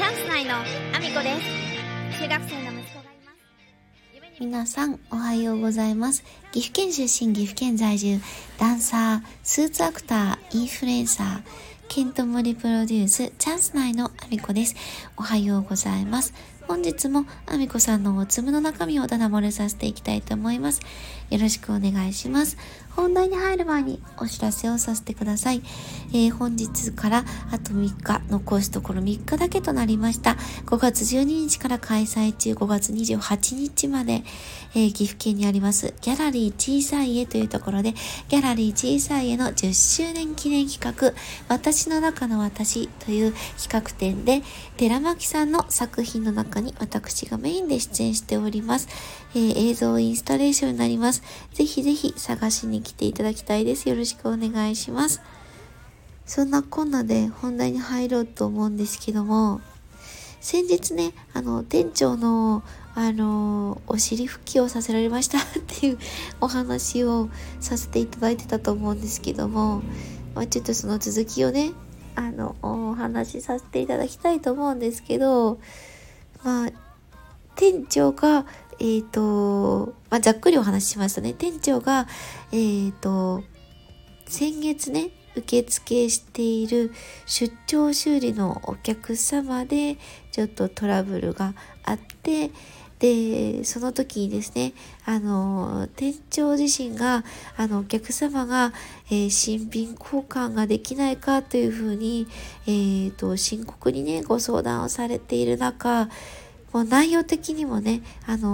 ャンス内のアミコです。中学生の息子がいます。 皆さんおはようございます。岐阜県出身、岐阜県在住、ダンサー、スーツアクター、インフルエンサー、ケントモリプロデュース、チャンス内のアミコです。おはようございます。本日もアミコさんのおつむの中身をダダ漏れさせていきたいと思います。よろしくお願いします。本題に入る前にお知らせをさせてください。本日からあと3日、残すところ3日だけとなりました。5月12日から開催中、5月28日まで、岐阜県にありますギャラリー小さい絵というところで、ギャラリー小さい絵の10周年記念企画、私の中の私という企画展で、寺巻さんの作品の中に私がメインで出演しております。映像インスタレーションになります。ぜひぜひ探しに来ていただきたいです。よろしくお願いします。そんなこんなで本題に入ろうと思うんですけども、先日ね、店長のお尻拭きをさせられましたっていうお話をさせていただいてたと思うんですけども、ちょっとその続きをね、お話しさせていただきたいと思うんですけど、店長が、ざっくりお話ししますとね、店長が、先月ね、受付している出張修理のお客様でちょっとトラブルがあって、でその時にですね、店長自身がお客様が、新品交換ができないかというふうに、深刻にねご相談をされている中、もう内容的にもね、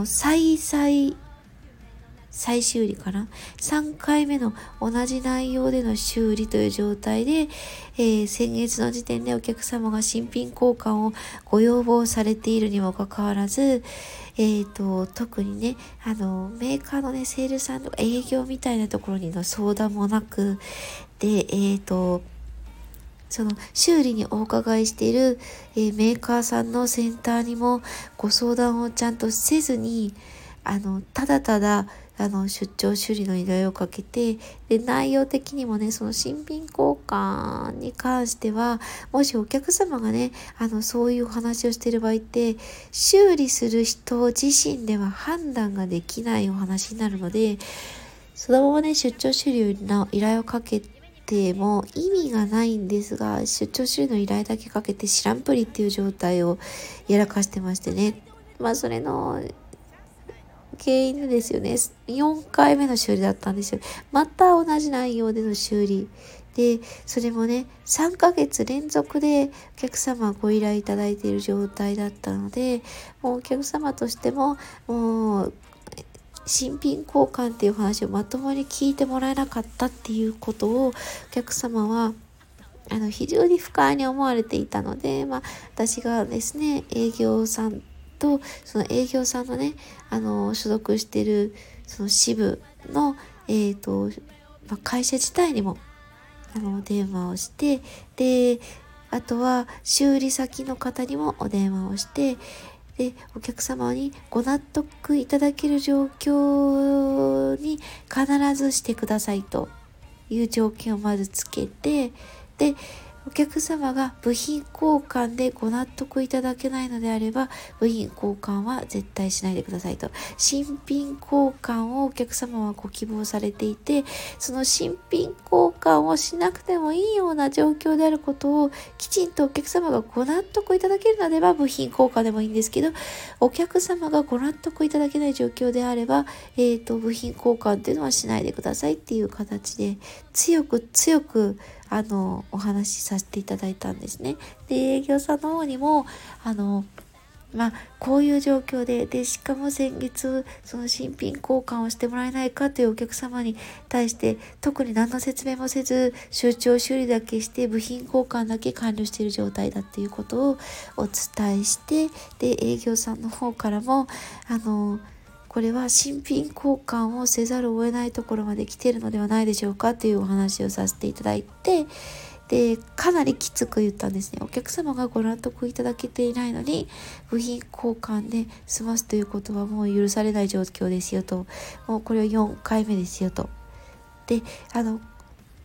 再修理かな、3回目の同じ内容での修理という状態で、先月の時点でお客様が新品交換をご要望されているにもかかわらず、特にね、メーカーのね、セールさんとか営業みたいなところにの相談もなく、で、その修理にお伺いしている、メーカーさんのセンターにもご相談をちゃんとせずに、ただただ出張修理の依頼をかけて、で内容的にもね、その新品交換に関しては、もしお客様がねそういうお話をしている場合って、修理する人自身では判断ができないお話になるので、そのままね出張修理の依頼をかけても意味がないんですが、出張修理の依頼だけかけて知らんぷりっていう状態をやらかしてましてね、それの原因でですよね、4回目の修理だったんですよ。また同じ内容での修理で、それもね3ヶ月連続でお客様ご依頼いただいている状態だったので、もうお客様としてももう新品交換っていう話をまともに聞いてもらえなかったっていうことをお客様は非常に不快に思われていたので、私がですね、営業さんとその営業さんのね所属しているその支部の会社自体にも電話をして、であとは修理先の方にもお電話をして、でお客様にご納得いただける状況に必ずしてくださいという条件をまずつけて、でお客様が部品交換でご納得いただけないのであれば、部品交換は絶対しないでくださいと。新品交換をお客様はご希望されていて、その新品交換をしなくてもいいような状況であることをきちんとお客様がご納得いただけるのであれば部品交換でもいいんですけど、お客様がご納得いただけない状況であれば、部品交換っていうのはしないでくださいっていう形で強くお話しさせていただいたんですね。で営業さんの方にもこういう状況でしかも先月その新品交換をしてもらえないかというお客様に対して特に何の説明もせず、出張修理だけして部品交換だけ完了している状態だっていうことをお伝えして、で営業さんの方からもこれは新品交換をせざるを得ないところまで来ているのではないでしょうかというお話をさせていただいて、でかなりきつく言ったんですね。お客様がご納得いただけていないのに部品交換で済ますということはもう許されない状況ですよと、もうこれは4回目ですよと。で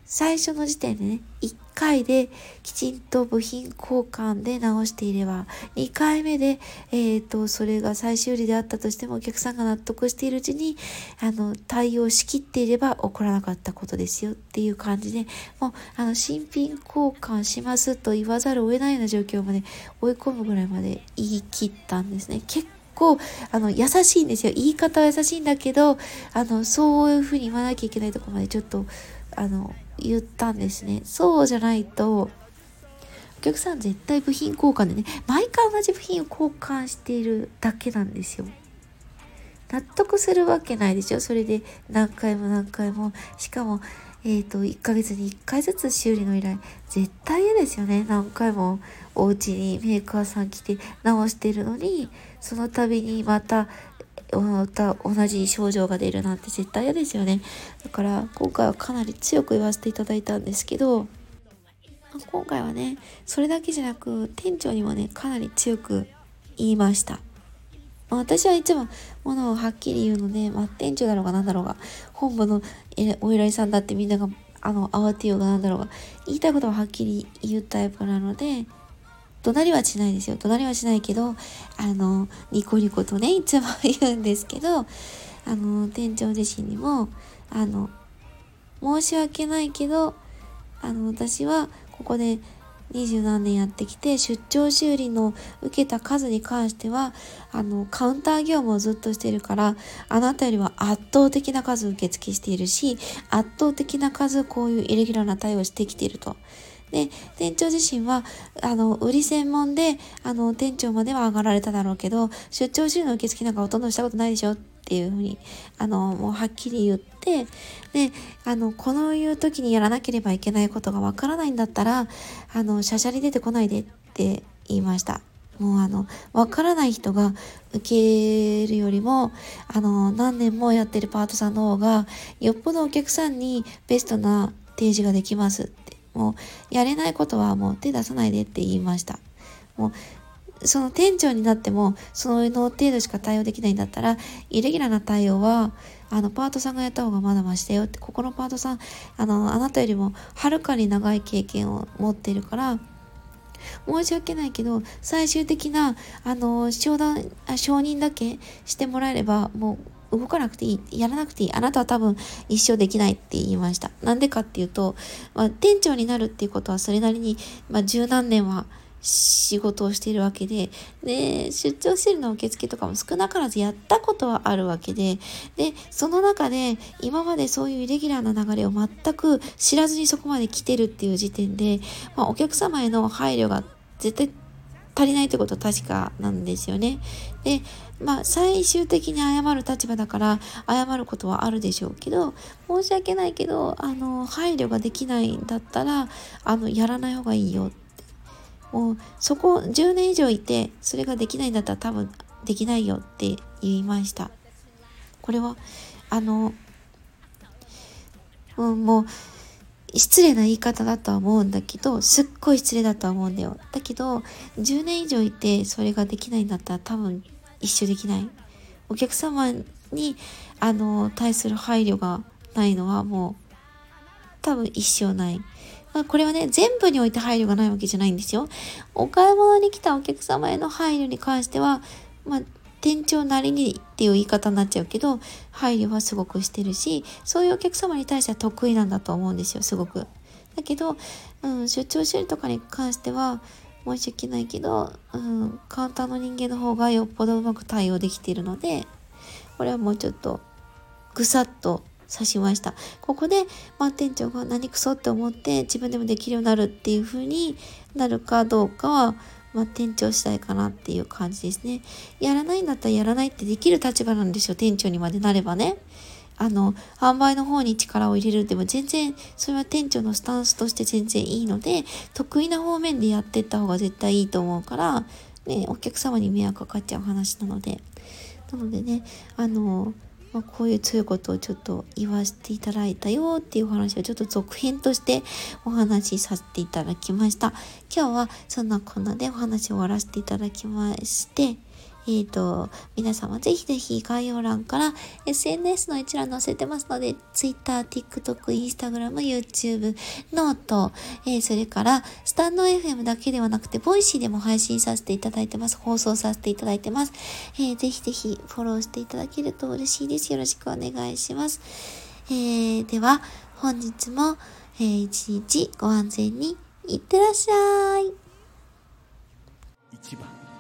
最初の時点でね、1回できちんと部品交換で直していれば、2回目で、それが再修理であったとしてもお客さんが納得しているうちに、対応しきっていれば起こらなかったことですよっていう感じで、もう、新品交換しますと言わざるを得ないような状況まで追い込むぐらいまで言い切ったんですね。結構、優しいんですよ。言い方は優しいんだけど、そういうふうに言わなきゃいけないところまでちょっと、言ったんですね。そうじゃないと、お客さん絶対部品交換でね、毎回同じ部品を交換しているだけなんですよ。納得するわけないでしょ。それで何回も何回も。しかも、1ヶ月に1回ずつ修理の依頼。絶対嫌ですよね。何回もお家にメーカーさん来て直してるのに、その度にまた同じ症状が出るなんて絶対嫌ですよね。だから今回はかなり強く言わせていただいたんですけど、今回はね、それだけじゃなく店長にもね、かなり強く言いました。私はいつもものをはっきり言うので、店長だろうが何だろうが、本部のお偉いさんだってみんなが慌てようが何だろうが、言いたいことははっきり言うタイプなので、怒鳴りはしないですよ。怒鳴りはしないけど、ニコニコとね、いつも言うんですけど、店長自身にも、申し訳ないけど、私はここで20何年やってきて、出張修理の受けた数に関しては、カウンター業務をずっとしているから、あなたよりは圧倒的な数受付しているし、圧倒的な数こういうイレギュラーな対応をしてきていると。で、店長自身は、売り専門で、店長までは上がられただろうけど、出張修理の受付なんかほとんどしたことないでしょっていうふうに、もうはっきり言って、で、このいう時にやらなければいけないことがわからないんだったら、しゃしゃり出てこないでって言いました。もうわからない人が受けるよりも、何年もやってるパートさんの方が、よっぽどお客さんにベストな提示ができますって。もう、やれないことはもう手出さないでって言いました。もう、その店長になっても、その程度しか対応できないんだったら、イレギュラーな対応は、パートさんがやった方がまだマシだよって、ここのパートさん、あなたよりもはるかに長い経験を持っているから、申し訳ないけど、最終的な、承認だけしてもらえれば、もう動かなくていい。やらなくていい。あなたは多分一生できないって言いました。なんでかっていうと、店長になるっていうことはそれなりに、十何年は仕事をしているわけで、で、出張してるの受付とかも少なからずやったことはあるわけで、で、その中で今までそういうイレギュラーな流れを全く知らずにそこまで来てるっていう時点で、お客様への配慮が絶対足りないってことは確かなんですよね。で、最終的に謝る立場だから謝ることはあるでしょうけど、申し訳ないけど、配慮ができないんだったら、やらない方がいいよ。もう、そこ10年以上いて、それができないんだったら多分できないよって言いました。これは、もう、失礼な言い方だとは思うんだけど、すっごい失礼だとは思うんだよ。だけど、10年以上いてそれができないんだったら多分一生できない。お客様に、対する配慮がないのはもう、多分一生ない。これはね、全部において配慮がないわけじゃないんですよ。お買い物に来たお客様への配慮に関しては、店長なりにっていう言い方になっちゃうけど、配慮はすごくしてるし、そういうお客様に対しては得意なんだと思うんですよ、すごく。だけど、出張修理とかに関しては、申し訳ないけど、カウンターの人間の方がよっぽどうまく対応できているので、これはもうちょっと、ぐさっと刺しました。ここで、店長が何クソって思って自分でもできるようになるっていう風になるかどうかは、店長次第かなっていう感じですね。やらないんだったらやらないってできる立場なんですよ。店長にまでなればね。販売の方に力を入れるでも全然、それは店長のスタンスとして全然いいので、得意な方面でやっていった方が絶対いいと思うから、ね、お客様に迷惑かかっちゃう話なので。なのでね、こういう強いことをちょっと言わせていただいたよっていうお話をちょっと続編としてお話しさせていただきました。今日はそんなこんなでお話を終わらせていただきまして、 皆様ぜひぜひ概要欄から SNS の一覧載せてますので、Twitter、TikTok、Instagram、YouTube、ノート、それからスタンド FM だけではなくて、ボイシーでも配信させていただいてます。放送させていただいてます。ぜひぜひフォローしていただけると嬉しいです。よろしくお願いします。では、本日も、一日ご安全にいってらっしゃい。 1番